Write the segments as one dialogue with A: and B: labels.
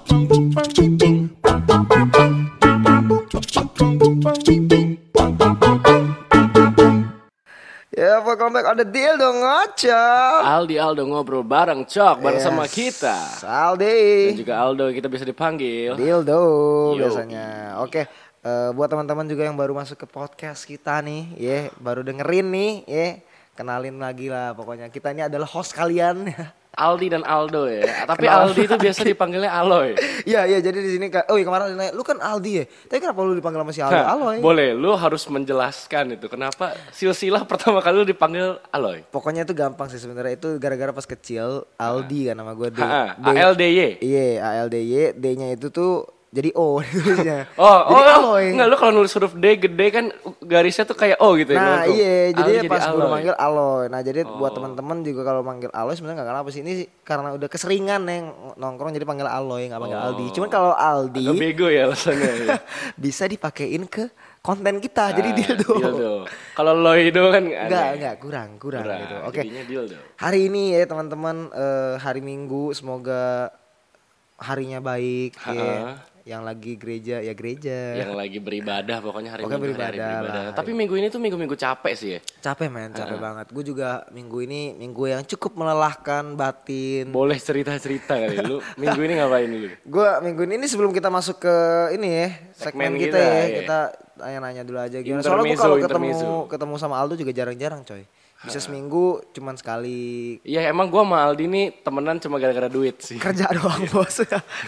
A: Ya, welcome back on the deal dong, ngocok.
B: Aldi Aldo ngobrol bareng Cok bareng sama kita.
A: Aldi.
B: Dan juga Aldo kita bisa dipanggil
A: Dildo
B: Yo.
A: biasanya. Oke, buat teman-teman juga yang baru masuk ke podcast kita nih, baru dengerin nih, kenalin lagi lah pokoknya. Kita ini adalah host kalian.
B: Aldi dan Aldo ya. Tapi
A: Kenal.
B: Aldi itu biasa dipanggilnya Aloy.
A: Iya, jadi di sini kemarin nanya, lu kan Aldi ya. Tapi kenapa lu dipanggil sama si Aldo? Aloy.
B: Boleh, lu harus menjelaskan itu kenapa silsilah pertama kali lu dipanggil Aloy.
A: Pokoknya itu gampang sih sebenarnya, itu gara-gara pas kecil Aldi kan nama gue
B: ALDY.
A: Iya, ALDY, D-nya itu tuh jadi O tulisnya.
B: Oh,
A: jadi Aloy.
B: Enggak, lu kalau nulis huruf D gede kan garisnya tuh kayak O gitu ya.
A: Nah iya, jadi pas gue
B: Aloy.
A: manggil Aloy. Nah jadi buat teman-teman juga kalau manggil Aloy sebenarnya nggak kenapa sih, ini sih karena udah keseringan yang nongkrong jadi panggil Aloy, nggak panggil Aldi. Cuman kalau Aldi
B: agak bego ya alasannya ya.
A: bisa dipakein ke konten kita, jadi dildo.
B: Kalau Loido kan
A: Enggak, kurang gitu. Oke.
B: Jadinya dildo.
A: Hari ini ya teman-teman, hari Minggu, semoga harinya baik ya. Yang lagi gereja ya gereja.
B: Yang lagi beribadah pokoknya hari
A: Pokoknya
B: Minggu hari
A: beribadah
B: beribadah.
A: lah.
B: Tapi minggu ini tuh minggu capek sih ya.
A: Capek banget. Gue juga minggu ini minggu yang cukup melelahkan batin.
B: Boleh cerita-cerita kali lu. Minggu ini ngapain dulu?
A: Gue minggu ini sebelum kita masuk ke ini ya segmen kita ya, kita nanya-nanya dulu aja gimana. Soalnya gue kalau ketemu sama Aldo juga jarang-jarang coy. Bisa seminggu cuman sekali.
B: Iya emang gue sama Aldi nih temenan cuma gara-gara duit sih.
A: Kerja doang bos.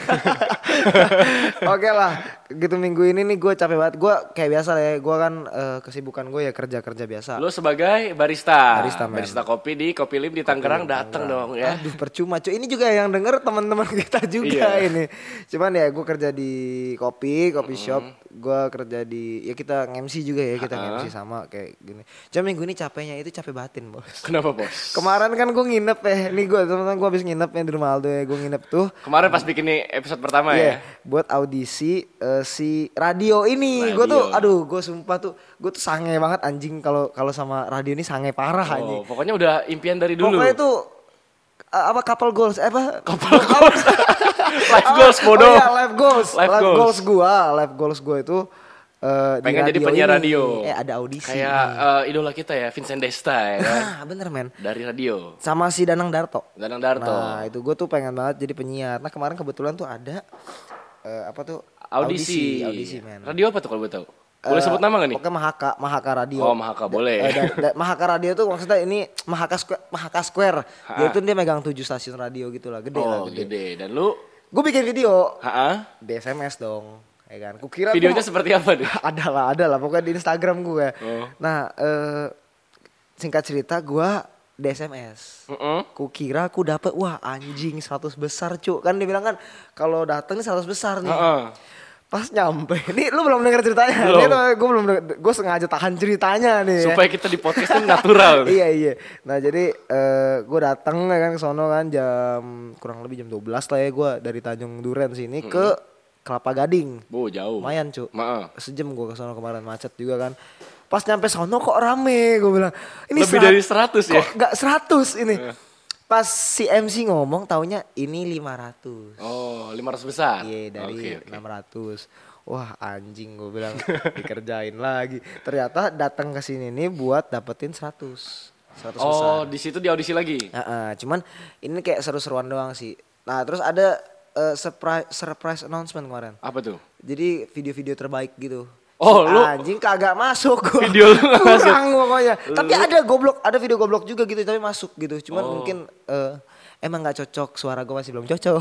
A: Oke lah, gitu minggu ini nih gue capek banget. Gue kayak biasa lah ya, gue kan kesibukan gue ya kerja biasa.
B: Lu sebagai barista kopi di Kopi Lim di Tangerang datang dong ya.
A: Aduh percuma cuy, ini juga yang denger teman-teman kita juga ini. Cuman ya gue kerja di kopi shop. Gue kerja di, ya kita nge-MC juga ya, kita nge-MC sama kayak gini. Cuma minggu ini capeknya itu capek batin bos.
B: Kenapa bos?
A: Kemarin kan gue nginep ya, nih gue teman-teman gue habis nginep ya di rumah Aldo ya, gue nginep tuh.
B: Kemarin pas bikin nih episode pertama ya.
A: Buat audisi si radio ini, gue tuh, gue sumpah tuh, gue tuh sange banget anjing kalau sama radio ini sange parah anjing.
B: Pokoknya udah impian dari dulu.
A: Pokoknya tuh couple goals
B: life goals bodoh.
A: Oh iya, life goals gue itu
B: pengen jadi penyiar radio.
A: Ada audisi.
B: Kayak idola kita ya, Vincent Desta ya kan.
A: Bener men.
B: Dari radio.
A: Sama si Danang Darto.
B: Nah
A: itu gue tuh pengen banget jadi penyiar. Nah kemarin kebetulan tuh ada
B: audisi
A: men.
B: Radio apa tuh kalau gue tahu? Boleh sebut nama gak nih?
A: Pokoknya Mahaka Radio.
B: Oh Mahaka boleh.
A: Mahaka Radio tuh maksudnya ini Mahaka Square. Dia tuh dia megang 7 stasiun radio gitu lah, gede lah.
B: Gede. Dan lu?
A: Gue bikin video. Di SMS dong. Ya kan? Kukira
B: videonya seperti apa deh?
A: Ada lah pokoknya di Instagram gue. Nah singkat cerita gue di SMS. Kukira aku dapet, wah anjing 100 besar cuk. Kan dia bilang kan kalau dateng 100 besar nih. Pas nyampe, ini lu belum denger ceritanya. Gue sengaja tahan ceritanya nih.
B: Supaya kita di podcast itu natural.
A: Iya. Nah jadi gue datang kan ke sono kan jam kurang lebih jam 12 lah ya, gue dari Tanjung Duren sini ke Kelapa Gading.
B: Jauh.
A: Lumayan cu. Sejam gue ke sono kemarin, macet juga kan. Pas nyampe sono kok rame, gue bilang. Ini
B: lebih dari 100 ya?
A: Kok gak 100 ini. Pas si MC ngomong taunya ini 500.
B: Oh 500 besar?
A: Iya dari 600. Wah anjing gue bilang dikerjain lagi. Ternyata datang ke sini nih buat dapetin 100 besar.
B: Oh di situ di audisi lagi?
A: Cuman ini kayak seru-seruan doang sih. Nah terus ada surprise announcement kemarin.
B: Apa tuh?
A: Jadi video-video terbaik gitu.
B: Oh lu
A: anjing kagak masuk.
B: Video lu gak masuk?
A: Kurang pokoknya. Tapi ada video goblok juga gitu tapi masuk gitu. Cuman mungkin emang gak cocok, suara gue masih belum cocok.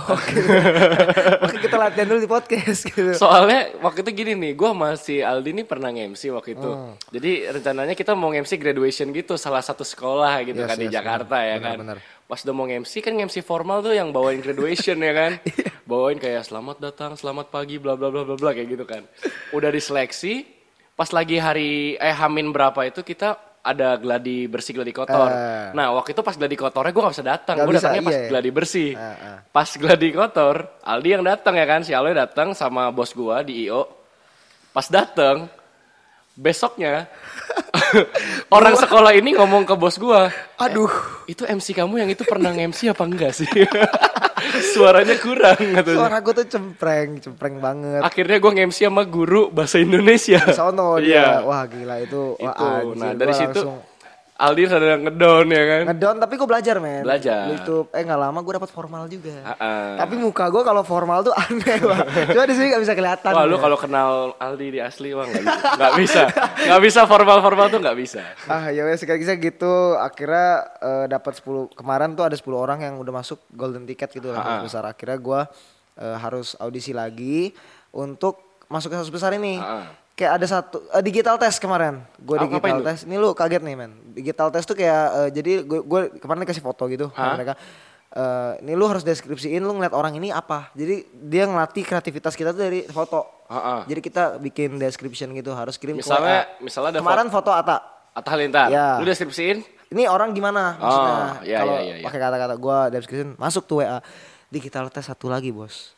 A: Makanya kita latihan dulu di podcast gitu.
B: Soalnya waktu itu gini nih, gue masih Aldi nih pernah nge-MC waktu itu. Jadi rencananya kita mau nge-MC graduation gitu, salah satu sekolah gitu di Jakarta ya kan. Bener. Pas udah mau nge-MC kan nge-MC formal tuh yang bawain graduation ya kan. Bawain kayak selamat datang, selamat pagi, bla bla bla bla bla kayak gitu kan. Udah diseleksi, pas lagi Hamin berapa itu kita ada gladi bersih gladi kotor. Nah waktu itu pas gladi kotornya gue gak bisa datang. Gue datangnya pas gladi bersih. Pas gladi kotor, Aldi yang datang ya kan. Si Aloy datang sama bos gue di IO. Pas datang, besoknya orang sekolah ini ngomong ke bos gue.
A: Aduh.
B: Itu MC kamu yang itu pernah MC apa enggak sih? Suaranya kurang katanya.
A: Suara gue tuh cempreng banget.
B: Akhirnya gue nge-MC sama guru bahasa Indonesia.
A: Sono dia. Wah gila itu. Wah, anjir,
B: nah dari situ
A: langsung
B: Aldi sadar ngedown ya kan.
A: ngedown, tapi gue belajar men.
B: Belajar.
A: YouTube gak lama gue dapat formal juga. Tapi muka gue kalau formal tuh aneh wah. Cuma di sini gak bisa kelihatan.
B: Wah lu kalau kenal Aldi di asli wah nggak bisa formal tuh nggak bisa.
A: Ya wes sekali-kali gitu. Akhirnya dapat 10 kemarin tuh ada 10 orang yang udah masuk golden ticket gitu lah besar. Akhirnya gue harus audisi lagi untuk masuk ke 100 besar ini. Kayak ada satu digital test kemarin. Gue digital test. Ini lu kaget nih men. Digital test tuh kayak jadi gue kemarin dikasih foto gitu sama mereka. Ini lu harus deskripsiin lu ngeliat orang ini apa. Jadi dia ngelatih kreativitas kita tuh dari foto. Jadi kita bikin description gitu harus kirim
B: misalnya ada
A: kemarin foto Atta
B: Halilintar.
A: Ya.
B: Lu deskripsiin?
A: Ini orang gimana maksudnya. Kalau pakai kata-kata gue deskripsiin masuk tuh WA. Digital test satu lagi bos.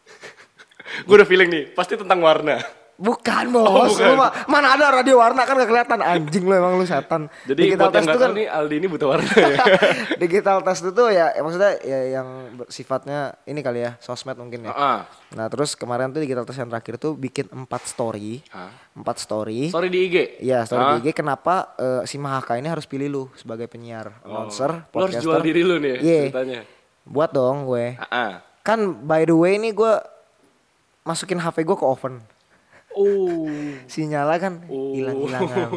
B: Gue udah feeling nih pasti tentang warna.
A: Bukan bos, bukan. Mana ada radio warna kan gak kelihatan. Anjing lu emang lu setan.
B: Jadi digital test itu kan nih Aldi ini buta warna ya.
A: Digital test itu ya maksudnya ya yang sifatnya ini kali ya sosmed mungkin ya. Nah terus kemarin tuh digital test yang terakhir tuh bikin 4 story. 4 story.
B: Story di IG?
A: Iya story di IG. Kenapa si Mahaka ini harus pilih lu sebagai penyiar, announcer, podcaster.
B: Lu harus jual diri lu nih ceritanya.
A: Buat dong gue. Kan by the way ini gue masukin HP gue ke oven. Sinyalnya kan hilang-hilangan.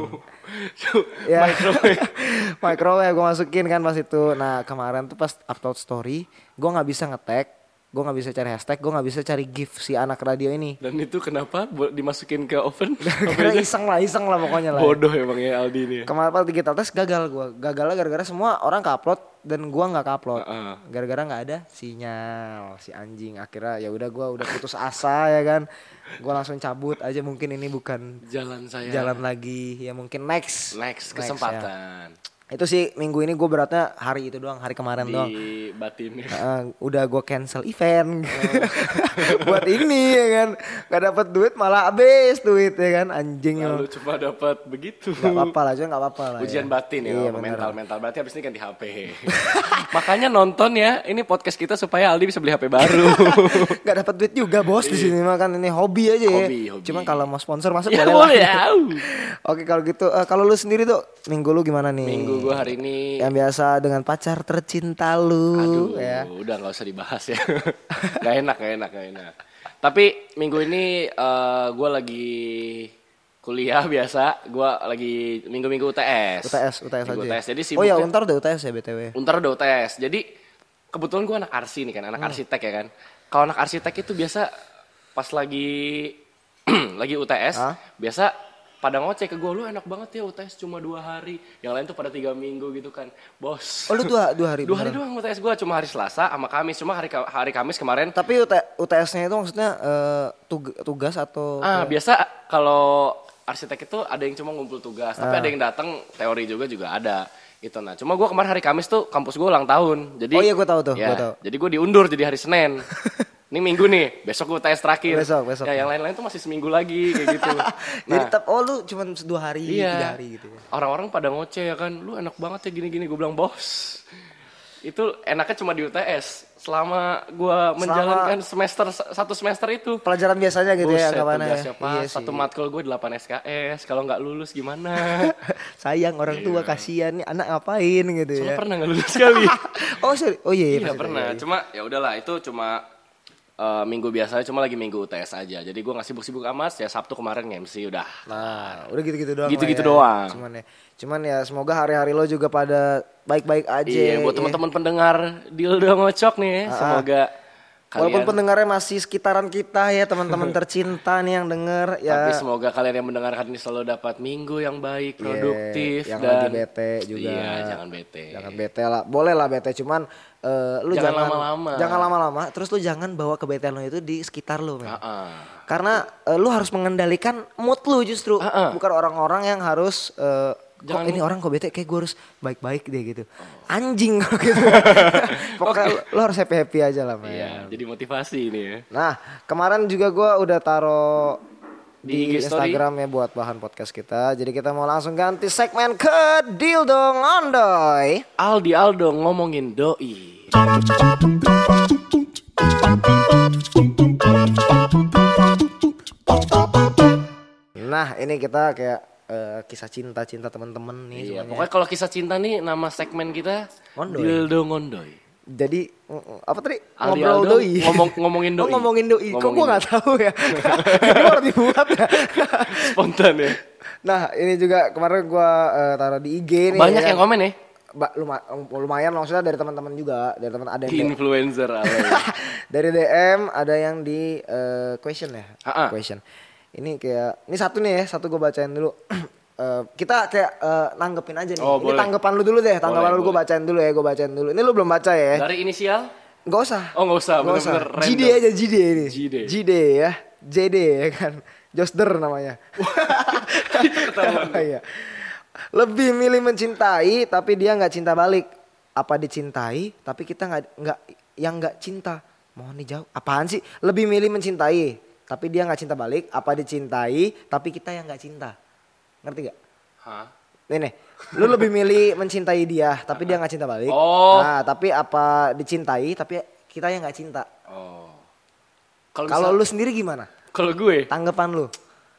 A: Ya. Microwave gue masukin kan pas itu. Nah kemarin tuh pas upload story gue gak bisa nge-tag, gue gak bisa cari hashtag, gue gak bisa cari gif si anak radio ini.
B: Dan itu kenapa dimasukin ke oven?
A: Karena iseng lah pokoknya lah.
B: Bodoh emang ya Aldi ini.
A: Kemarin pas digital test gagal gue. Gagalnya gara-gara semua orang ke-upload dan gue gak ke-upload. Gara-gara gak ada sinyal si anjing. Akhirnya ya udah gue udah putus asa ya kan. Gue langsung cabut aja, mungkin ini bukan jalan lagi ya, mungkin next
B: kesempatan
A: ya. Itu sih minggu ini gue beratnya hari itu doang, hari kemarin doang
B: di batin
A: udah gue cancel event buat ini ya kan, gak dapet duit malah habis duit ya kan, anjing.
B: Lalu cuma dapat begitu.
A: Gak apa-apa lah, juga gak apa-apa lah
B: ujian
A: ya.
B: Batin ya. Iya, mental berarti abis ini ganti HP. Makanya nonton ya ini podcast kita supaya Aldi bisa beli HP baru.
A: Gak dapet duit juga bos di sini mah kan, ini hobi aja ya. Hobi. Cuman kalau mau sponsor masuk
B: ya,
A: boleh
B: lah.
A: Oke kalau gitu kalau lu sendiri tuh minggu lu gimana nih?
B: Minggu gue hari ini
A: yang biasa dengan pacar tercinta lu.
B: Aduh
A: ya.
B: Udah gak usah dibahas ya. Gak enak. Tapi minggu ini gue lagi kuliah biasa. Gue lagi minggu-minggu UTS
A: aja.
B: UTS. Jadi sibuk.
A: Oh ya Untar udah UTS ya BTW.
B: Untar udah UTS. Jadi kebetulan gue anak arsi nih kan. Anak arsitek ya kan. Kalau anak arsitek itu biasa pas lagi UTS. Biasa pada ngoceh ke gue, lu enak banget ya UTS cuma 2 hari. Yang lain tuh pada 3 minggu gitu kan. Bos.
A: Oh lu 2 hari?
B: 2 hari doang UTS gue, cuma hari Selasa sama Kamis. Cuma hari Kamis kemarin.
A: Tapi UTS-nya itu maksudnya tugas atau?
B: Biasa kalau arsitek itu ada yang cuma ngumpul tugas. Tapi ada yang datang teori juga ada. Gitu. Nah cuma gue kemarin hari Kamis tuh kampus gue ulang tahun. Jadi,
A: oh iya gue tahu tuh.
B: Ya, jadi gue diundur jadi hari Senin. Ini minggu nih, besok gue UTS terakhir.
A: Besok.
B: Ya yang lain-lain tuh masih seminggu lagi kayak gitu.
A: Jadi lu cuma 2 hari, 3 hari gitu ya.
B: Orang-orang pada ngoceh ya kan, lu enak banget ya gini-gini. Gue bilang bos, itu enaknya cuma di UTS. Selama gue menjalankan satu semester itu.
A: Pelajaran biasanya gitu. Buset, ya anggapannya.
B: Iya satu matkul gue 8 SKS. Kalau nggak lulus gimana?
A: Sayang orang tua kasihan nih anak ngapain gitu.
B: Soalnya pernah nggak lulus sekali.
A: Oh iya.
B: Iya pernah. Cuma ya udahlah itu cuma minggu biasa, cuma lagi minggu UTS aja. Jadi gue gak sibuk-sibuk amat. Ya Sabtu kemarin nge-MC udah.
A: Nah udah gitu-gitu doang.
B: Gitu-gitu doang.
A: Cuman ya semoga hari-hari lo juga pada baik-baik aja.
B: Iya buat teman-teman pendengar Dildo Ngocok nih ya. Semoga
A: walaupun pendengarnya masih sekitaran kita ya, teman-teman tercinta nih yang denger ya.
B: Tapi semoga kalian yang mendengarkan ini selalu dapat minggu yang baik, produktif.
A: Yang
B: dan
A: lagi bete juga.
B: Iya jangan bete.
A: Jangan bete lah, boleh lah bete, cuman lu jangan lama-lama. Jangan lama-lama, terus lu jangan bawa kebetean lu itu di sekitar lu. Karena lu harus mengendalikan mood lu justru. Bukan orang-orang yang harus kok ini orang kok bete, kayak gue harus baik-baik deh gitu. Anjing kok gitu. Pokoknya lo harus happy-happy aja lah man.
B: Iya, jadi motivasi ini ya.
A: Nah kemarin juga gue udah taruh di Instagram ya buat bahan podcast kita. Jadi kita mau langsung ganti segmen ke Dildo Ngondoy.
B: Aldo ngomongin doi.
A: ini kita kayak kisah cinta teman-teman nih.
B: Iya, pokoknya kalau kisah cinta nih nama segmen kita
A: Ngondoy.
B: Dildo Ngondoy.
A: Jadi apa tadi?
B: Aldi
A: Ngobrol
B: Aldo
A: doi.
B: ngomongin doi.
A: Ngomongin doi. Kok gue nggak tahu ya? Ini baru dibuat ya.
B: Spontan ya.
A: Nah ini juga kemarin gue taruh di IG nih.
B: Banyak yang komen ya.
A: Lumayan maksudnya dari teman-teman juga, dari teman ada yang
B: influencer
A: dari DM, ada yang di question ya. Question. Ini kayak ini satu nih ya, satu gue bacain dulu. Kita kayak nanggepin aja nih. Ini boleh. Tanggapan lu dulu deh, tanggapan lu gue bacain dulu ya, gue bacain dulu. Ini lu belum baca ya?
B: Dari inisial?
A: Gak usah.
B: Oh gak usah, bener-bener random.
A: JD aja, JD ini. JD ya, JD ya kan. Josder namanya.
B: Itu ketahuan.
A: Iya. Lebih milih mencintai tapi dia nggak cinta balik. Apa dicintai tapi kita nggak cinta. Mohon dijawab. Apaan sih? Lebih milih mencintai tapi dia nggak cinta balik. Apa dicintai tapi kita yang nggak cinta. Ngerti gak?
B: Hah?
A: Nih, lu lebih milih mencintai dia tapi dia nggak cinta balik.
B: Oh.
A: Nah, tapi apa dicintai tapi kita yang nggak cinta.
B: Oh.
A: Kalau lu sendiri gimana?
B: Kalau gue?
A: Tanggapan lu?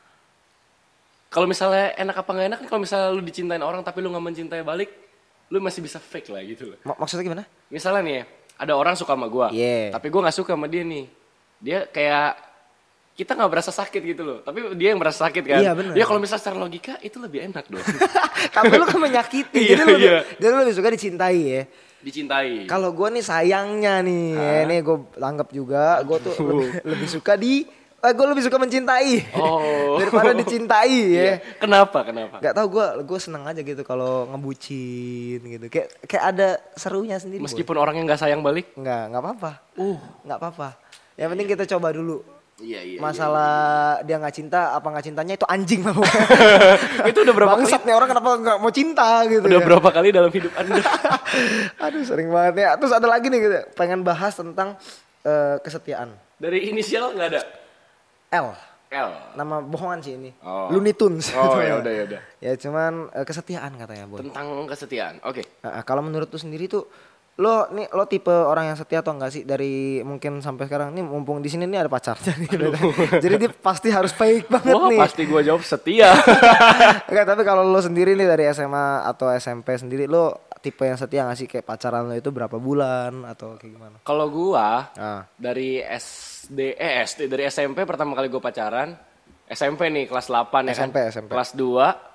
B: Kalau misalnya enak apa nggak enak, kalau misalnya lu dicintain orang tapi lu nggak mencintai balik, lu masih bisa fake lah gitu loh.
A: Maksudnya gimana?
B: Misalnya nih, ada orang suka sama gue, tapi gue nggak suka sama dia nih. Dia kayak kita nggak berasa sakit gitu loh, tapi dia yang berasa sakit kan.
A: Iya benar.
B: Ya kalau misalnya secara logika itu lebih enak dong.
A: Tapi lu kan menyakiti, jadi lu lebih suka dicintai ya.
B: Dicintai.
A: Kalau gue nih sayangnya nih, nih gue anggap juga, gue tuh lebih suka gue lebih suka mencintai daripada dicintai ya.
B: Kenapa?
A: Gak tau, gue seneng aja gitu kalau ngebucin gitu. Kayak ada serunya sendiri.
B: Meskipun orangnya nggak sayang balik?
A: Nggak apa-apa. Nggak apa-apa. Yang penting kita coba dulu.
B: Iya.
A: Masalah dia nggak cinta apa nggak cintanya itu anjing lah.
B: Itu udah berapa
A: bangsat nih orang kenapa nggak mau cinta gitu.
B: Udah berapa kali dalam hidup Anda?
A: Aduh sering banget ya. Terus ada lagi nih gitu, pengen bahas tentang kesetiaan.
B: Dari inisial nggak ada?
A: L. Nama bohongan sih ini. Looney Tunes.
B: Oh ya udah.
A: Ya cuman kesetiaan katanya, Boy.
B: Tentang kesetiaan. Oke.
A: Kalau menurut lu sendiri tuh lo tipe orang yang setia atau enggak sih dari mungkin sampai sekarang nih, mumpung di sini nih ada pacarnya nih. Jadi dia pasti harus baik banget nih.
B: Pasti gua jawab setia.
A: Enggak, tapi kalau lo sendiri nih dari SMA atau SMP sendiri, lo tipe yang setia gak sih? Kayak pacaran lo itu berapa bulan atau kayak gimana?
B: Kalau gua dari dari SMP pertama kali gua pacaran, SMP nih kelas 8 ya
A: SMP.
B: Kelas 2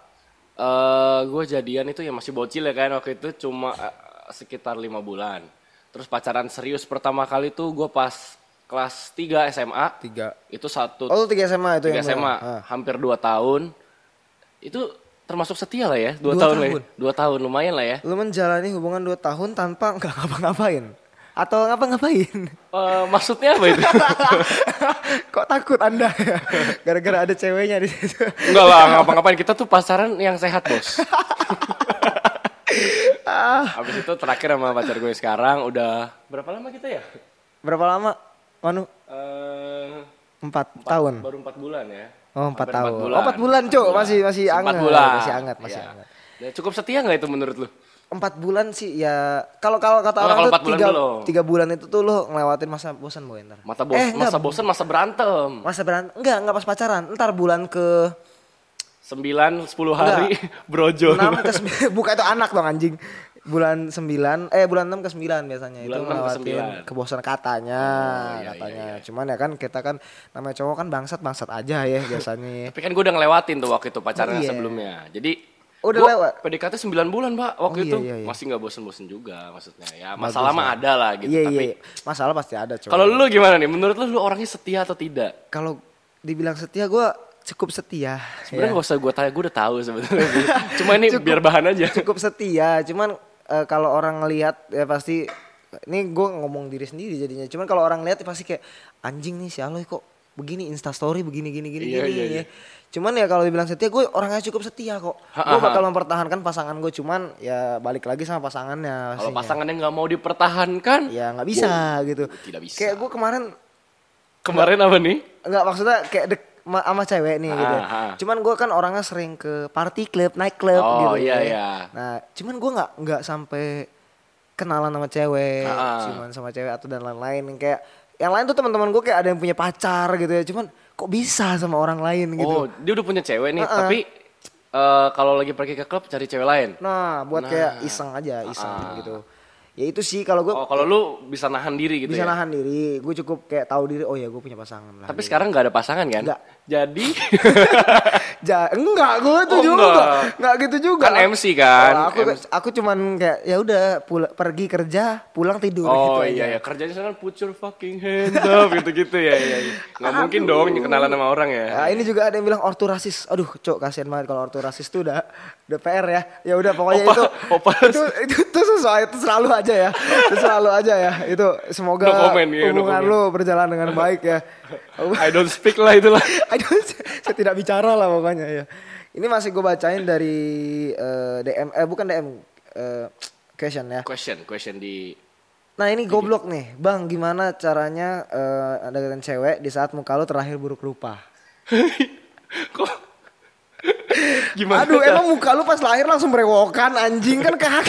B: gua jadian itu ya masih bocil ya kan, waktu itu cuma sekitar 5 bulan. Terus pacaran serius pertama kali tuh gua pas kelas 3 SMA. 3. Itu 1.
A: Oh, 3 SMA itu
B: 3 SMA. Hampir 2 tahun. Itu termasuk setia lah ya, 2 tahun lah ya. 2 tahun lumayan lah ya.
A: Lu menjalani hubungan 2 tahun tanpa nggak ngapa-ngapain? Atau ngapa-ngapain?
B: Maksudnya apa itu?
A: Kok takut Anda ya? Gara-gara ada ceweknya di situ.
B: Enggak lah, ngapa-ngapain. Kita tuh pacaran yang sehat, Bos. Habis itu terakhir sama pacar gue sekarang udah berapa lama kita ya?
A: Berapa lama, Manu? 4 tahun.
B: Baru 4 bulan ya.
A: Oh 4 tahun. 4 bulan Cuk, masih anget.
B: 4 bulan.
A: Masih anget.
B: Ya, cukup setia gak itu menurut lu?
A: 4 bulan sih ya. Kalau kata orang tuh 3 bulan itu tuh lo ngelewatin masa bosan, Boy, ntar.
B: Masa bosan, masa berantem.
A: Enggak pas pacaran. Ntar bulan ke
B: 9-10 hari brojo.
A: 6 ke 9, bukan itu anak dong anjing. Bulan 6 ke 9 biasanya itu ngelewatin kebosanan katanya. Iya. Cuman ya kan kita kan namanya cowok kan bangsat aja ya biasanya.
B: Tapi kan gue udah ngelewatin tuh waktu itu pacaran sebelumnya. Jadi
A: udah lewat.
B: PDKT 9 bulan, Pak, waktu itu. Iya. Masih enggak bosen-bosen juga maksudnya. Ya masalah mah ada lah gitu, tapi
A: masalah pasti ada, coy.
B: Kalau lu gimana nih? Menurut lu orangnya setia atau tidak?
A: Kalau dibilang setia, gue cukup setia.
B: Sebenarnya enggak usah gue tanya, gue udah tahu sebetulnya. Cuma ini biar bahan aja.
A: Cukup setia, cuman kalau orang ngelihat ya pasti, ini gue ngomong diri sendiri jadinya. Cuman kalau orang lihat ya pasti kayak anjing nih si Aloy kok begini, Instastory begini ya. Cuman ya kalau dibilang setia, gue orangnya cukup setia kok. Gue bakal mempertahankan pasangan gue, cuman ya balik lagi sama pasangannya.
B: Kalau pasangannya nggak mau dipertahankan,
A: ya nggak bisa gitu.
B: Tidak bisa.
A: Kayak gue
B: kemarin apa nih?
A: Nggak, maksudnya kayak sama cewek nih gitu. Cuman gue kan orangnya sering ke party club, night club gitu.
B: Iya.
A: Nah, cuman gue nggak sampai kenalan sama cewek, cuman sama cewek atau dan lain-lain. Kayak yang lain tuh teman-teman gue kayak ada yang punya pacar gitu ya. Cuman kok kok bisa sama orang lain gitu.
B: Oh, dia udah punya cewek nih, tapi kalau lagi pergi ke klub cari cewek lain.
A: Nah, buat kayak iseng aja, gitu. Ya itu sih kalau gue.
B: Oh, kalau lu bisa nahan diri gitu
A: bisa
B: ya? Bisa
A: nahan diri, gue cukup kayak tahu diri. Oh ya, gue punya pasangan lah.
B: Tapi
A: gitu.
B: sekarang nggak ada pasangan kan?
A: Enggak.
B: Jadi?
A: Enggak, gue itu juga. Enggak gitu juga.
B: Kan MC kan?
A: Aku cuman kayak ya udah pergi kerja, pulang tidur.
B: Oh
A: gitu
B: iya
A: aja.
B: ya, kerjanya kan put your fucking hands up gitu-gitu ya. Nggak mungkin dong kenalan sama orang ya.
A: Nah, ini juga ada yang bilang ortu rasis. Aduh, cok, kasihan banget kalau ortu rasis tuh udah PR ya. Ya udah pokoknya itu sesuai, itu selalu aja ya. Itu selalu aja ya. Itu semoga hubungan lu berjalan dengan baik ya.
B: I don't speak lah itulah.
A: Saya tidak bicara lah pokoknya ya. Ini masih gue bacain dari DM, bukan DM, question ya.
B: Question di.
A: Nah ini goblok nih, Bang, gimana caranya deketin cewek di saat muka lu terlahir buruk rupa?
B: Kok? Gimana?
A: Aduh, emang muka lu pas lahir langsung berewokan, anjing kan kagak.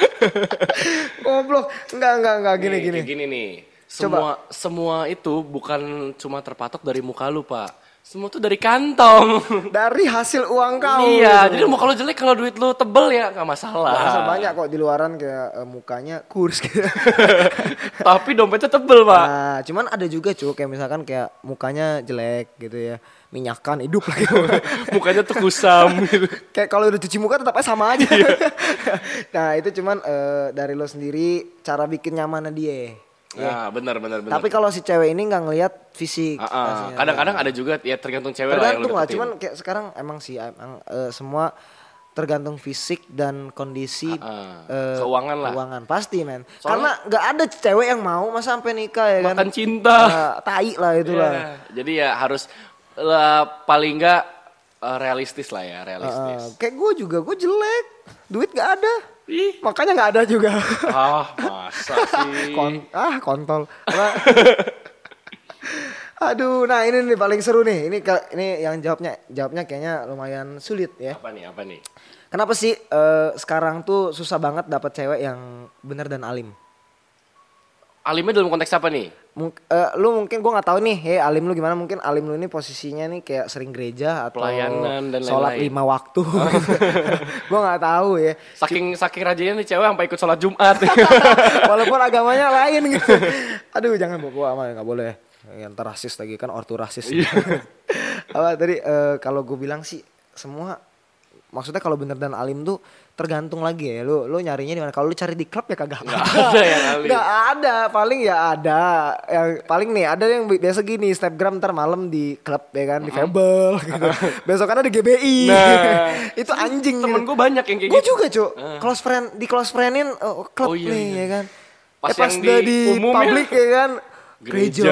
A: Goblok, enggak gini.
B: Gini nih,
A: Coba.
B: semua itu bukan cuma terpatok dari muka lu, Pak. Semua tuh dari kantong.
A: Dari hasil uang kau.
B: Iya, jadi muka lu jelek kalau duit lu tebel ya gak masalah.
A: Masa banyak kok di luaran kayak mukanya kurs gitu.
B: Tapi dompetnya tebel, Pak.
A: Nah, cuman ada juga cuy kayak misalkan kayak mukanya jelek gitu ya. Minyakan hidup lagi.
B: Mukanya tuh kusam gitu.
A: Kayak kalau udah cuci muka tetap sama aja. Nah, itu cuman dari lo sendiri cara bikin nyamannya dia.
B: Nah, benar.
A: Tapi kalau si cewek ini nggak ngelihat fisik.
B: Kadang-kadang ada juga ya tergantung cewek
A: tergantung
B: lah yang
A: lah, cuman kayak sekarang emang sih semua tergantung fisik dan kondisi
B: keuangan
A: pasti men. Karena nggak ada cewek yang mau masa sampai nikah ya kan.
B: Makan cinta.
A: Tai lah itulah.
B: Jadi ya harus paling nggak realistis lah ya, realistis.
A: Kayak gue juga, gue jelek, duit nggak ada. Makanya nggak ada juga.
B: Masa sih?
A: Kontol. Aduh, nah ini nih paling seru nih. Ini yang jawabnya kayaknya lumayan sulit ya.
B: Apa nih?
A: Kenapa sih sekarang tuh susah banget dapet cewek yang bener dan alim?
B: Alimnya dalam konteks apa nih?
A: Lu mungkin gue nggak tahu nih, alim lu gimana? Mungkin alim lu ini posisinya nih kayak sering gereja atau
B: pelayanan dan
A: sholat
B: lain-lain.
A: 5 waktu. Gue nggak tahu ya.
B: Saking rajinnya nih cewek sampai ikut sholat Jumat.
A: Walaupun agamanya lain gitu. Aduh, jangan bawa aman, nggak boleh. Yang rasis lagi kan ortu rasis. Apa tadi kalau gue bilang sih semua, maksudnya kalau bener dan alim tuh tergantung lagi ya. Lu nyarinya di mana? Kalau lu cari di klub ya kagak
B: ada yang alim.
A: Nggak ada, paling ya ada. Yang paling nih ada yang biasa gini, snapgram ntar malam di klub ya kan, di Fable gitu. Besokannya di GBI.
B: Nah,
A: itu anjing.
B: Temen gue banyak yang kayak gitu.
A: Gue juga cuy. Close friendin klub nih ya kan.
B: Pas
A: yang
B: udah
A: di publik ya kan. Gereja.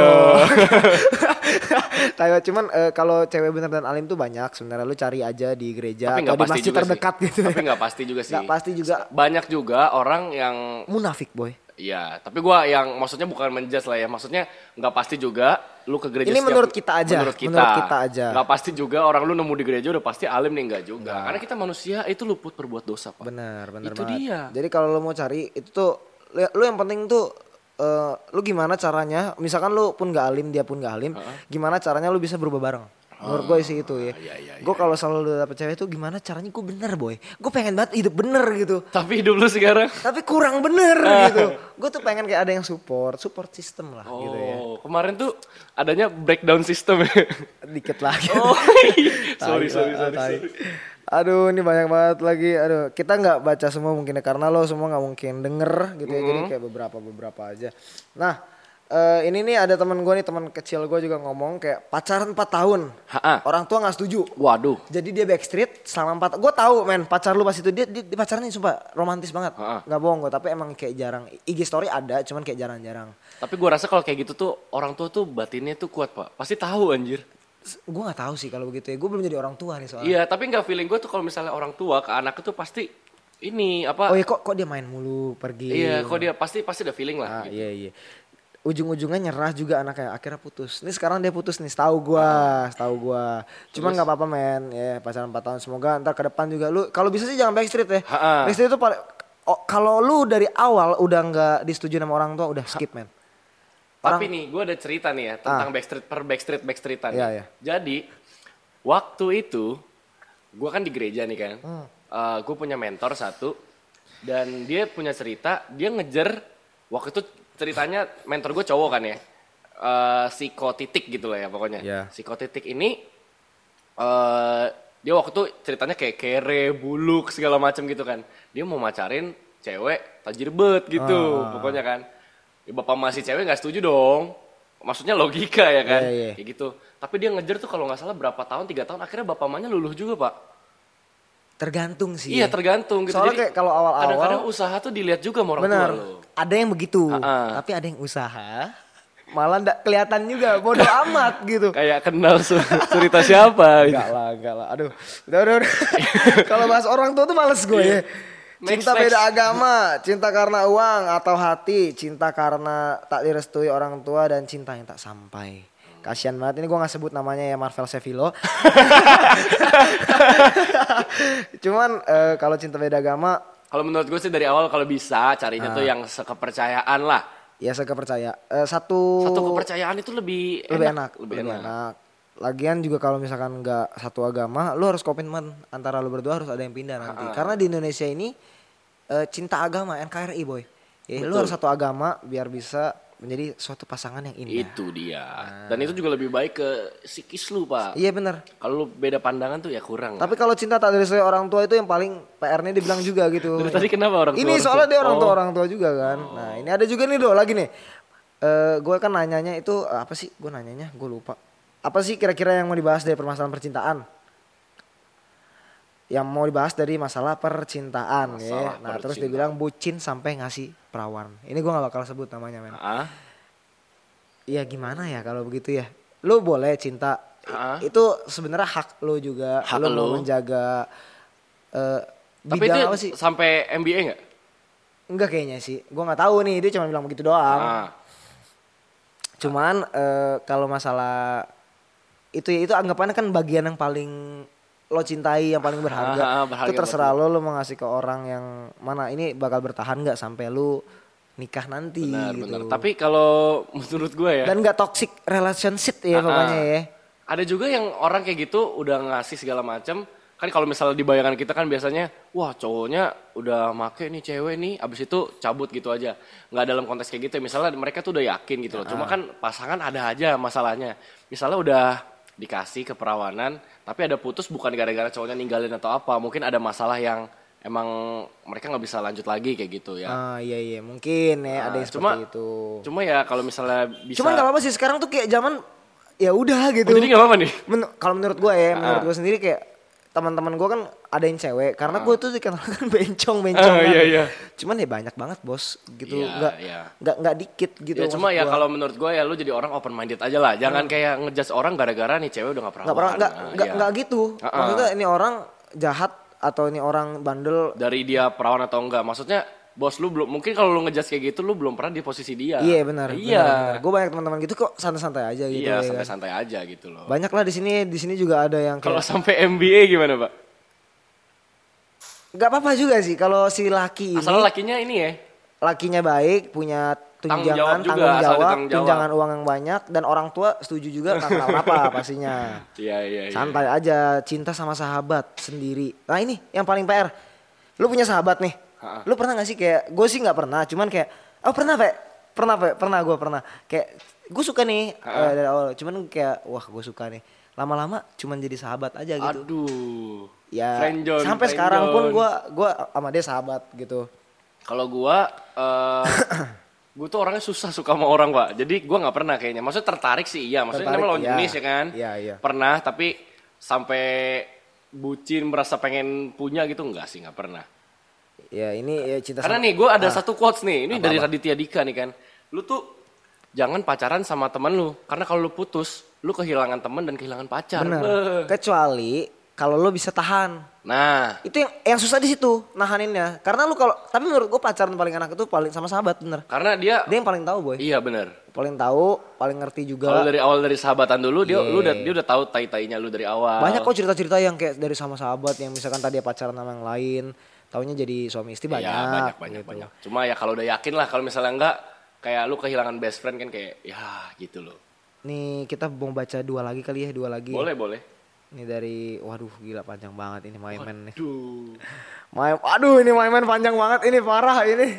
A: Cuman kalau cewek bener dan alim tuh banyak sebenarnya, lu cari aja di gereja atau di masjid terdekat
B: sih.
A: gitu.
B: Tapi nggak pasti juga sih.
A: Nggak pasti juga.
B: Banyak juga orang yang
A: munafik boy.
B: Iya, tapi gua yang maksudnya bukan menjudge lah ya. Maksudnya nggak pasti juga lu ke gereja.
A: Ini menurut kita aja. Menurut kita aja.
B: Nggak pasti juga orang lu nemu di gereja udah pasti alim nih, nggak juga. Karena kita manusia itu luput berbuat dosa, Pak.
A: Benar
B: itu
A: banget.
B: Dia.
A: Jadi kalau lu mau cari itu tuh, lu yang penting tuh lu gimana caranya, misalkan lu pun gak alim, dia pun gak alim, gimana caranya lu bisa berubah bareng. Menurut gue sih itu ya. Gue kalau selalu dapet cewek itu gimana caranya gue bener boy. Gue pengen banget hidup bener gitu.
B: Tapi hidup lu sekarang?
A: Tapi kurang bener gitu. Gue tuh pengen kayak ada yang support system lah gitu ya.
B: Kemarin tuh adanya breakdown system ya?
A: Dikit lagi.
B: Sorry.
A: Aduh, ini banyak banget lagi. Aduh, kita nggak baca semua mungkin ya, karena lo semua nggak mungkin denger gitu ya. Jadi kayak beberapa aja. Nah, ini nih ada teman gue nih, teman kecil gue juga ngomong kayak pacaran 4 tahun. Orang tua nggak setuju.
B: Waduh.
A: Jadi dia backstreet selama 4 tahun. Gue tahu men, pacar lu pas itu dia pacaran nih sumpah romantis banget. Nggak bohong gue, tapi emang kayak jarang. IG story ada, cuman kayak jarang-jarang.
B: Tapi gue rasa kalau kayak gitu tuh orang tua tuh batinnya tuh kuat, Pak. Pasti tahu anjir.
A: Gue gak tahu sih kalau begitu ya, gue belum jadi orang tua nih soalnya.
B: Iya, tapi nggak feeling gue tuh kalau misalnya orang tua ke anak itu pasti ini apa?
A: Oh iya, kok dia main mulu pergi.
B: Iya, kok dia pasti ada feeling lah. Gitu.
A: Iya. Ujung-ujungnya nyerah juga anaknya, akhirnya putus. Nih sekarang dia putus nih, setahu gua. Cuman nggak apa-apa men, ya pacaran 4 tahun. Semoga ntar ke depan juga lu, kalau bisa sih jangan backstreet ya. Backstreet itu kalau lu dari awal udah nggak disetujui sama orang tua, udah skip men.
B: Tapi nih gue ada cerita nih ya tentang Backstreetan.
A: Iya.
B: Jadi waktu itu gue kan di gereja nih kan. Gue punya mentor satu dan dia punya cerita, dia ngejar waktu itu ceritanya mentor gue cowok kan ya. Psikotitik gitu lah ya pokoknya.
A: Yeah.
B: Psikotitik ini dia waktu itu ceritanya kayak kere, buluk segala macam gitu kan. Dia mau macarin cewek tajir bet gitu pokoknya kan. Ya, bapak masih cewek nggak setuju dong. Maksudnya logika ya kan.
A: Yeah.
B: Kayak gitu. Tapi dia ngejar tuh kalau nggak salah berapa tahun, 3 tahun akhirnya bapak mamanya luluh juga pak.
A: Tergantung sih.
B: Iya tergantung gitu.
A: Soalnya
B: jadi
A: kayak kalau awal-awal.
B: Kadang-kadang usaha tuh dilihat juga sama orang tua lo.
A: Ada yang begitu. Tapi ada yang usaha. Malah nggak kelihatan juga, bodo amat gitu.
B: Kayak kenal cerita siapa gitu.
A: Enggak lah. Aduh, udah. Kalau bahas orang tua tuh males gue ya. Cinta beda agama, cinta karena uang atau hati, cinta karena tak direstui orang tua dan cinta yang tak sampai. Kasian banget, ini gue gak sebut namanya ya, Marvel Sevilo. Cuman kalau cinta beda agama.
B: Kalau menurut gue sih dari awal kalau bisa carinya tuh yang sekepercayaan lah.
A: Ya sekepercaya. Satu
B: kepercayaan itu lebih enak.
A: Lagian juga kalau misalkan nggak satu agama, lu harus komitmen antara lu berdua harus ada yang pindah nanti. Karena di Indonesia ini cinta agama NKRI boy. Ya, lu harus satu agama biar bisa menjadi suatu pasangan yang indah.
B: Itu dia. Dan itu juga lebih baik ke psikis lu pak.
A: Iya benar.
B: Kalau lu beda pandangan tuh ya kurang.
A: Tapi kalau cinta tak direstui orang tua itu yang paling PR-nya dibilang juga gitu.
B: Dari tadi kenapa orang tua?
A: Ini soalnya dia orang tua juga kan. Nah ini ada juga nih lagi nih. Gue kan nanyanya itu apa sih? Gue nanyanya gue lupa. Apa sih kira-kira yang mau dibahas dari permasalahan percintaan? Yang mau dibahas dari masalah percintaan ya. Nah terus dia bilang bucin sampai ngasih perawan. Ini gue gak bakal sebut namanya men. Iya gimana ya kalau begitu ya. Lu boleh cinta. Itu sebenarnya hak lu juga. Lu mau menjaga
B: tapi itu apa sih? Sampai MBA gak?
A: Enggak kayaknya sih. Gue gak tahu nih, dia cuma bilang begitu doang. Cuman kalau masalah itu anggapannya kan bagian yang paling lo cintai, yang paling berharga. Itu terserah lo mau ngasih ke orang yang mana ini bakal bertahan nggak sampai lo nikah nanti. Benar.
B: Tapi kalau menurut gue ya.
A: Dan nggak toxic relationship ya pokoknya ya.
B: Ada juga yang orang kayak gitu udah ngasih segala macam. Kan kalau misalnya di bayangan kita kan biasanya, wah cowoknya udah make nih cewek nih, abis itu cabut gitu aja. Nggak dalam konteks kayak gitu. Misalnya mereka tuh udah yakin gitu loh. Cuma kan pasangan ada aja masalahnya. Misalnya udah dikasih keperawanan, tapi ada putus bukan gara-gara cowoknya ninggalin atau apa. Mungkin ada masalah yang emang mereka nggak bisa lanjut lagi kayak gitu ya.
A: Iya mungkin ya ada yang seperti itu.
B: Cuma ya kalau misalnya bisa.
A: Cuman nggak apa-apa sih sekarang tuh kayak zaman ya udah gitu.
B: Jadi nggak apa-apa nih.
A: Kalau menurut gue ya, menurut gue sendiri kayak teman-teman gue kan ada yang cewek karena gue tuh dikenal kan bencong kan.
B: Iya.
A: Cuman ya banyak banget bos gitu. Nggak dikit gitu.
B: Ya cuma ya kalau menurut gue ya lu jadi orang open minded aja lah. Jangan kayak ngejudge orang gara-gara nih cewek udah nggak perawan.
A: Nggak gitu. Maksudnya ini orang jahat atau ini orang bandel.
B: Dari dia perawan atau enggak. Maksudnya bos lu belum, mungkin kalau lu ngejudge kayak gitu lu belum pernah di posisi dia.
A: Iya benar. Gue banyak teman-teman gitu kok santai-santai aja gitu.
B: Iya santai-santai aja gitu loh.
A: Banyak lah di sini juga ada yang
B: kalau sampai MBA gimana pak?
A: Gak apa-apa juga sih kalau si laki ini.
B: Asal lakinya ini ya.
A: Lakinya baik, punya tunjangan, tanggung jawab, tunjangan uang yang banyak dan orang tua setuju juga nggak kenapa-napa pastinya.
B: Iya.
A: Santai aja, cinta sama sahabat sendiri. Nah ini yang paling PR. Lu punya sahabat nih. Lu pernah gak sih kayak, gue sih gak pernah, cuman kayak, pernah gue pernah. Kayak, gue suka nih dari awal, cuman kayak, wah gue suka nih. Lama-lama cuman jadi sahabat aja gitu.
B: Aduh.
A: Ya, sampai sekarang pun gue sama dia sahabat gitu.
B: Kalau gue tuh orangnya susah suka sama orang pak. Jadi gue gak pernah kayaknya, maksudnya tertarik sih iya. Maksudnya namanya lawan jenis ya kan.
A: Iya.
B: Pernah, tapi sampai bucin merasa pengen punya gitu enggak sih, gak pernah.
A: Ya ini ya cinta.
B: Karena nih gue ada satu quotes nih, ini dari Raditya Dika nih kan. Lu tuh jangan pacaran sama temen lu, karena kalau lu putus, lu kehilangan temen dan kehilangan pacar.
A: Bener. Kecuali kalau lu bisa tahan. Nah, itu yang susah di situ nahaninnya. Karena lu kalau, tapi menurut gue pacaran paling enak itu paling sama sahabat bener.
B: Karena dia
A: yang paling tahu boy.
B: Iya bener.
A: Paling tahu, paling ngerti juga.
B: Kalau dari awal dari sahabatan dulu, dia udah tahu tai-tainya lu dari awal.
A: Banyak kok cerita-cerita yang kayak dari sama sahabat yang misalkan tadi pacaran sama yang lain. Taunya jadi suami istri banyak.
B: Iya banyak. Cuma ya kalau udah yakin lah, kalau misalnya enggak kayak lu kehilangan best friend kan kayak ya gitu loh.
A: Nih kita mau baca 2 lagi kali ya, 2 lagi.
B: Boleh.
A: Ini dari, waduh gila panjang banget ini Maimen nih.
B: Aduh.
A: Ini Maimen panjang banget, ini parah ini.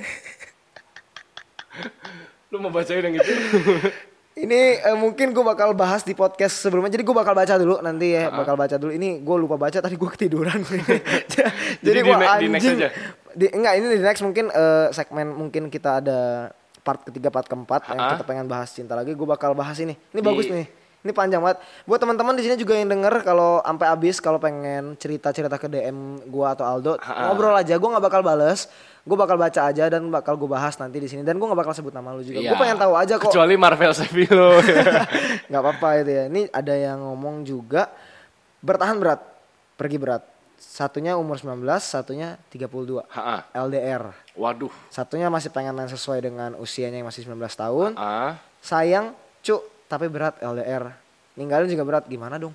B: Lu mau bacain yang itu?
A: Ini mungkin gue bakal bahas di podcast sebelumnya. Jadi gue bakal baca dulu nanti ya, bakal baca dulu. Ini gue lupa baca tadi, gue ketiduran. Jadi wah anjing. Di next aja? Enggak, ini di next mungkin segmen, mungkin kita ada part ketiga, part keempat yang kita pengen bahas cinta lagi. Gue bakal bahas ini. Ini bagus nih. Ini panjang banget. Buat teman-teman di sini juga yang denger, kalau sampai habis, kalau pengen cerita-cerita ke DM gue atau Aldo, ngobrol aja. Gue nggak bakal bales. Gue bakal baca aja dan bakal gue bahas nanti di sini. Dan gue nggak bakal sebut nama lu juga. Gue pengen tahu aja kok.
B: Kecuali Marvel Sevilla.
A: Nggak apa-apa itu ya. Ini ada yang ngomong juga, bertahan berat, pergi berat. Satunya umur 19, satunya 32. LDR.
B: Waduh.
A: Satunya masih pengen main sesuai dengan usianya yang masih 19 tahun. Sayang, tapi berat LDR. Ninggalin juga berat, gimana dong?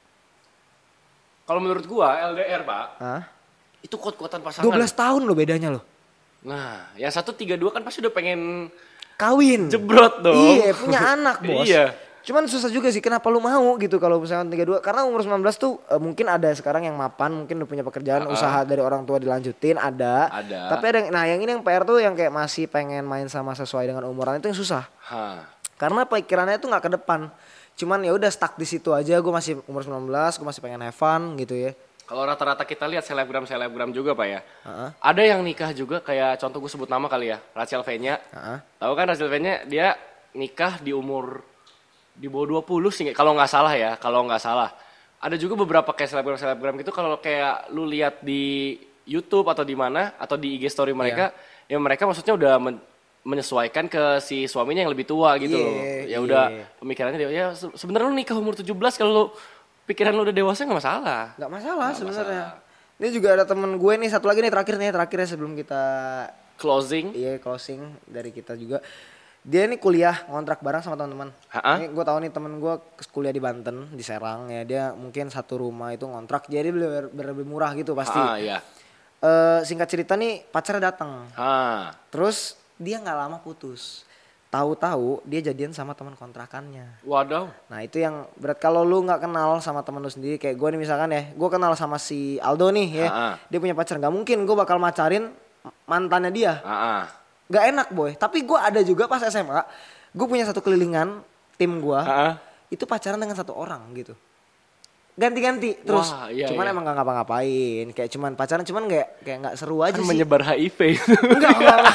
B: Kalau menurut gua LDR, Pak. Itu kuat-kuatan pasangan.
A: 12 tahun loh bedanya loh.
B: Nah, yang satu 32 kan pasti udah pengen
A: kawin.
B: Jebrot dong.
A: Iya, punya anak, Bos.
B: Iya.
A: Cuman susah juga sih, kenapa lu mau gitu kalau misalkan 32. Karena umur 19 tuh mungkin ada sekarang yang mapan, mungkin udah punya pekerjaan, usaha dari orang tua dilanjutin, ada. Tapi ada, nah yang ini yang PR tuh yang kayak masih pengen main sama sesuai dengan umuran itu yang susah. Karena pikirannya tuh nggak ke depan. Cuman ya udah stuck di situ aja, gue masih umur 19, gue masih pengen have fun gitu ya.
B: Kalau rata-rata kita lihat selebgram juga Pak ya. Ada yang nikah juga, kayak contoh gue sebut nama kali ya, Rachel Fenya. Tahu kan Rachel Fenya, dia nikah di umur di bawah 20 sih kalau nggak salah. Ada juga beberapa kayak selebgram gitu, kalau kayak lu lihat di YouTube atau di mana atau di IG story mereka, ya mereka maksudnya udah menyesuaikan ke si suaminya yang lebih tua gitu loh. Ya udah pemikirannya dia, ya sebenarnya lu nikah umur 17 kalau lu pikiran lu udah dewasa nggak masalah.
A: Nggak masalah sebenarnya. Ini juga ada temen gue nih, satu lagi nih terakhir ya sebelum kita
B: closing.
A: Iya, closing dari kita juga. Dia ini kuliah ngontrak bareng sama teman-teman. Ini gue tahu nih temen gue kuliah di Banten, di Serang ya. Dia mungkin satu rumah itu ngontrak, jadi lebih murah gitu pasti. Singkat cerita nih pacarnya datang. Terus dia nggak lama putus. Tahu-tahu dia jadian sama teman kontrakannya.
B: Waduh.
A: Nah itu yang berat, kalau lu nggak kenal sama temen lu sendiri, kayak gue nih misalkan ya, gue kenal sama si Aldo nih ya. Dia punya pacar, nggak mungkin gue bakal macarin mantannya dia. Gak enak boy, tapi gue ada juga pas SMA, gue punya satu kelilingan tim gue, itu pacaran dengan satu orang gitu, ganti-ganti terus. Wah, cuman emang gak ngapa-ngapain, kayak cuman pacaran, cuman kayak nggak seru aja
B: kan
A: sih.
B: Menyebar HIV.
A: Enggak.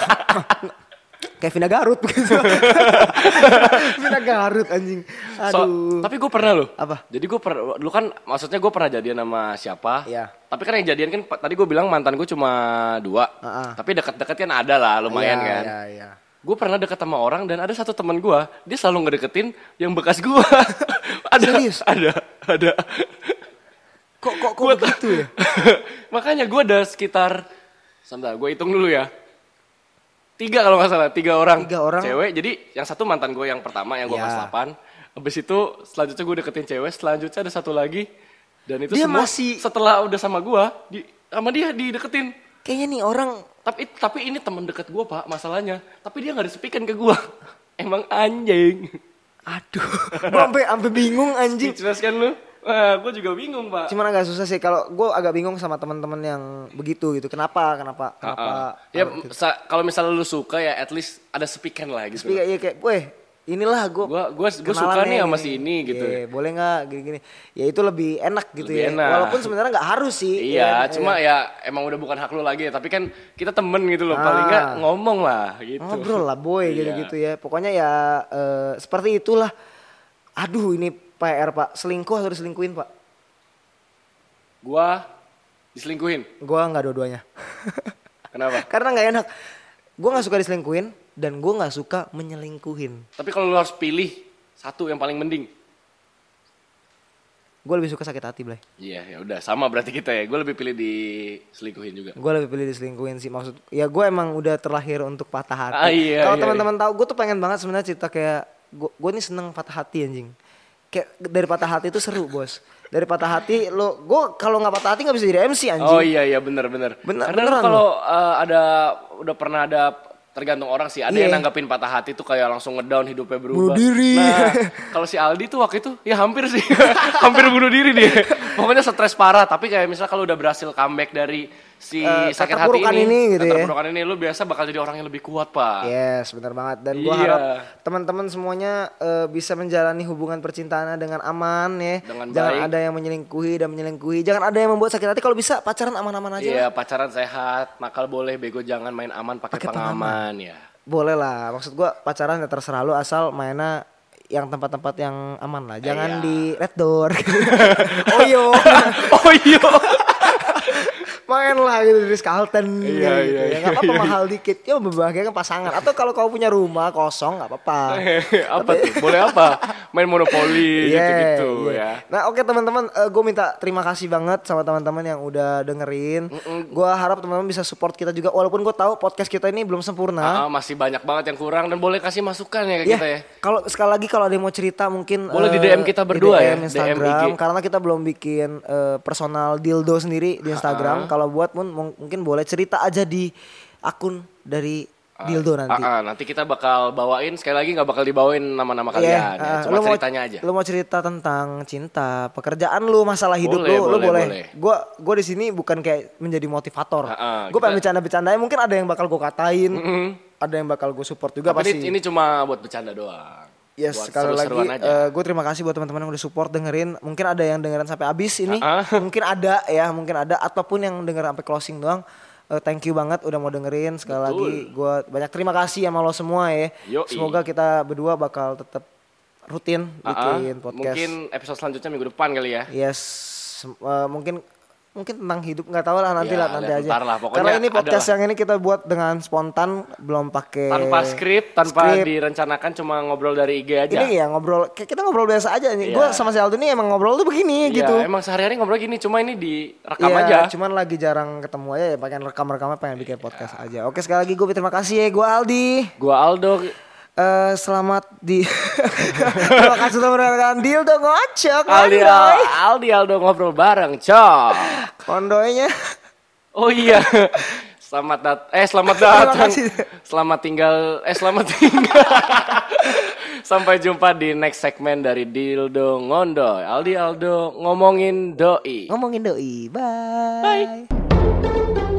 A: Kayak Vina Garut gitu. Vina Garut anjing. Aduh.
B: Tapi gue pernah loh.
A: Apa?
B: Jadi lu kan maksudnya gue pernah jadian sama siapa?
A: Iya.
B: Tapi kan yang jadian kan tadi gue bilang mantan gue cuma 2. Tapi dekat-dekat kan ada lah lumayan kan.
A: Iya.
B: Gue pernah dekat sama orang dan ada satu teman gue, dia selalu ngedeketin yang bekas gue.
A: Serius?
B: Ada.
A: Kok begitu ya?
B: Makanya gue ada sekitar, sebentar gue hitung dulu ya. 3 kalau nggak salah, 3 orang cewek. Jadi yang satu mantan gue yang pertama yang gue kelas 8. Habis itu selanjutnya gue deketin cewek, selanjutnya ada satu lagi. Dan itu dia semua setelah udah sama gue, sama dia dideketin.
A: Kayaknya nih orang,
B: tapi ini teman dekat gue Pak masalahnya. Tapi dia nggak disepikan ke gue. Emang anjing.
A: Aduh, gue sampai bingung anjing.
B: Jelas kan lu? Gue juga bingung Pak.
A: Cuman agak susah sih, kalau gue agak bingung sama teman-teman yang begitu gitu. Kenapa?
B: Ya gitu. Kalau misalnya lu suka ya at least ada sepikan lah gitu.
A: Speaker, ya kayak, inilah gue
B: suka nih sama si ini gitu.
A: Boleh nggak gini-gini? Ya itu lebih enak gitu lebih enak. Walaupun sebenarnya nggak harus sih.
B: Iya, cuma ya emang udah bukan hak lu lagi. Tapi kan kita temen gitu loh, paling nggak ngomong lah gitu.
A: Ngobrol lah boy gitu ya. Pokoknya ya seperti itulah. Aduh ini PR Pak, selingkuh atau diselingkuhin Pak?
B: Gua diselingkuhin.
A: Gua nggak dua-duanya.
B: Kenapa?
A: Karena nggak enak. Gua nggak suka diselingkuhin dan gua nggak suka menyelingkuhin.
B: Tapi kalau lu harus pilih satu yang paling mending,
A: gue lebih suka sakit hati, Blay.
B: Iya, ya udah sama berarti kita ya. Gue lebih pilih diselingkuhin juga.
A: Gue lebih pilih diselingkuhin sih, maksud. Ya gue emang udah terlahir untuk patah hati.
B: Iya,
A: kalau teman-teman tahu, gue tuh pengen banget sebenarnya cerita kayak gue nih seneng patah hati anjing. Kayak dari patah hati itu seru bos. Dari patah hati gue kalau nggak patah hati nggak bisa jadi MC anjing.
B: Oh iya benar. Karena kalau udah pernah ada tergantung orang sih. Ada yang nanggapin patah hati tuh kayak langsung ngedown, hidupnya berubah.
A: Bunuh diri.
B: Nah, kalau si Aldi tuh waktu itu ya hampir sih. Hampir bunuh diri dia. Pokoknya stres parah. Tapi kayak misalnya kalau udah berhasil comeback dari si sakit hati ini
A: gitu ya.
B: Keterpurukan ini, lu biasa bakal jadi orang yang lebih kuat, Pak.
A: Yes, benar banget. Dan gua harap teman-teman semuanya bisa menjalani hubungan percintaannya dengan aman ya.
B: Dengan
A: jangan
B: baik.
A: ada yang menyelingkuhi. Jangan ada yang membuat sakit hati. Kalau bisa pacaran aman-aman aja.
B: Iya, pacaran sehat, nakal boleh, bego jangan, main aman pakai pengaman ya.
A: Boleh lah. Maksud gua pacaran ya terserah lu asal mainnya yang tempat-tempat yang aman lah. Jangan di Red Door. Oyo. Main lah gitu di Carlton gitu. Ya nggak apa-apa mahal dikit, ya membahagiakan pasangan. Atau kalau kau punya rumah kosong nggak apa-apa.
B: Apa tuh? Boleh apa? Main monopoli gitu-gitu ya.
A: Nah oke teman-teman, gue minta terima kasih banget sama teman-teman yang udah dengerin. Gue harap teman-teman bisa support kita juga. Walaupun gue tahu podcast kita ini belum sempurna.
B: Masih banyak banget yang kurang dan boleh kasih masukan ya ke kita ya.
A: Kalau sekali lagi kalau ada yang mau cerita mungkin
B: boleh di DM kita berdua
A: di DM
B: ya,
A: Instagram,
B: DM IG.
A: karena kita belum bikin personal dildo sendiri di Instagram. Kalau buat mungkin boleh cerita aja di akun dari dildo nanti.
B: Nanti kita bakal bawain, sekali lagi nggak bakal dibawain nama-nama kalian ya. Cuma ceritanya aja.
A: Lu mau cerita tentang cinta, pekerjaan lu, masalah hidup lu boleh. Gua di sini bukan kayak menjadi motivator. Gue pengen bercanda-bercandain, mungkin ada yang bakal gue katain, ada yang bakal gue support juga.
B: Tapi
A: pasti.
B: Ini cuma buat bercanda doang.
A: Yes, sekali lagi gue terima kasih buat teman-teman yang udah support dengerin. Mungkin ada yang dengerin sampai habis ini, mungkin ada ataupun yang denger sampai closing doang. Thank you banget udah mau dengerin. Sekali lagi gue banyak terima kasih sama lo semua ya. Semoga kita berdua bakal tetap rutin bikin podcast.
B: Mungkin episode selanjutnya minggu depan kali ya.
A: Yes, mungkin tentang hidup nggak tahu lah nanti aja.
B: Lah,
A: karena ini podcast yang ini kita buat dengan spontan, belum pakai
B: tanpa skrip, tanpa direncanakan, cuma ngobrol dari IG aja.
A: Ini ya ngobrol, kita ngobrol biasa aja nih. Gue sama si Aldo ini emang ngobrol tuh begini gitu.
B: Emang sehari-hari ngobrol gini, cuma ini direkam aja.
A: Cuman lagi jarang ketemu aja ya, pengen rekam-rekamnya, pengen bikin podcast aja. Oke, sekali lagi gue terima kasih ya. Gue Aldi.
B: Gue Aldo.
A: Selamat terima kasih telah mendengarkan Dildo Ngocok.
B: Aldo ngobrol bareng, cok.
A: Kondoynya.
B: Oh iya. Selamat datang. Selamat tinggal. Sampai jumpa di next segmen dari Dildo Ngondo. Aldo ngomongin doi.
A: Bye.